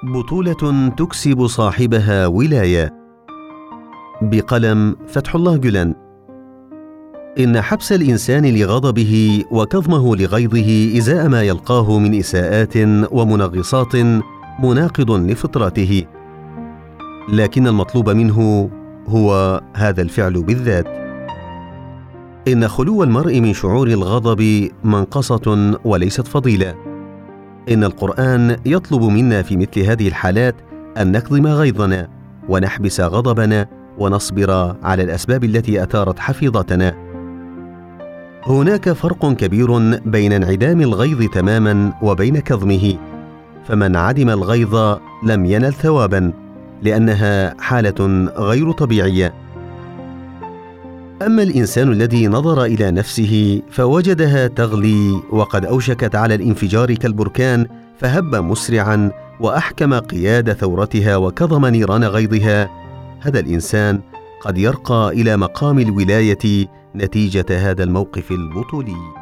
بطولة تكسب صاحبها ولاية. بقلم فتح الله جلان. إن حبس الإنسان لغضبه وكظمه لغيظه إزاء ما يلقاه من إساءات ومنغصات مناقض لفطرته، لكن المطلوب منه هو هذا الفعل بالذات. إن خلو المرء من شعور الغضب منقصة وليست فضيلة. إن القرآن يطلب منا في مثل هذه الحالات أن نكظم غيظنا ونحبس غضبنا ونصبر على الأسباب التي أثارت حفيظتنا. هناك فرق كبير بين انعدام الغيظ تماما وبين كظمه، فمن عدم الغيظ لم ينل ثوابا، لأنها حالة غير طبيعية. أما الإنسان الذي نظر إلى نفسه فوجدها تغلي وقد أوشكت على الانفجار كالبركان، فهب مسرعا وأحكم قياد ثورتها وكظم نيران غيظها، هذا الإنسان قد يرقى إلى مقام الولاية نتيجة هذا الموقف البطولي.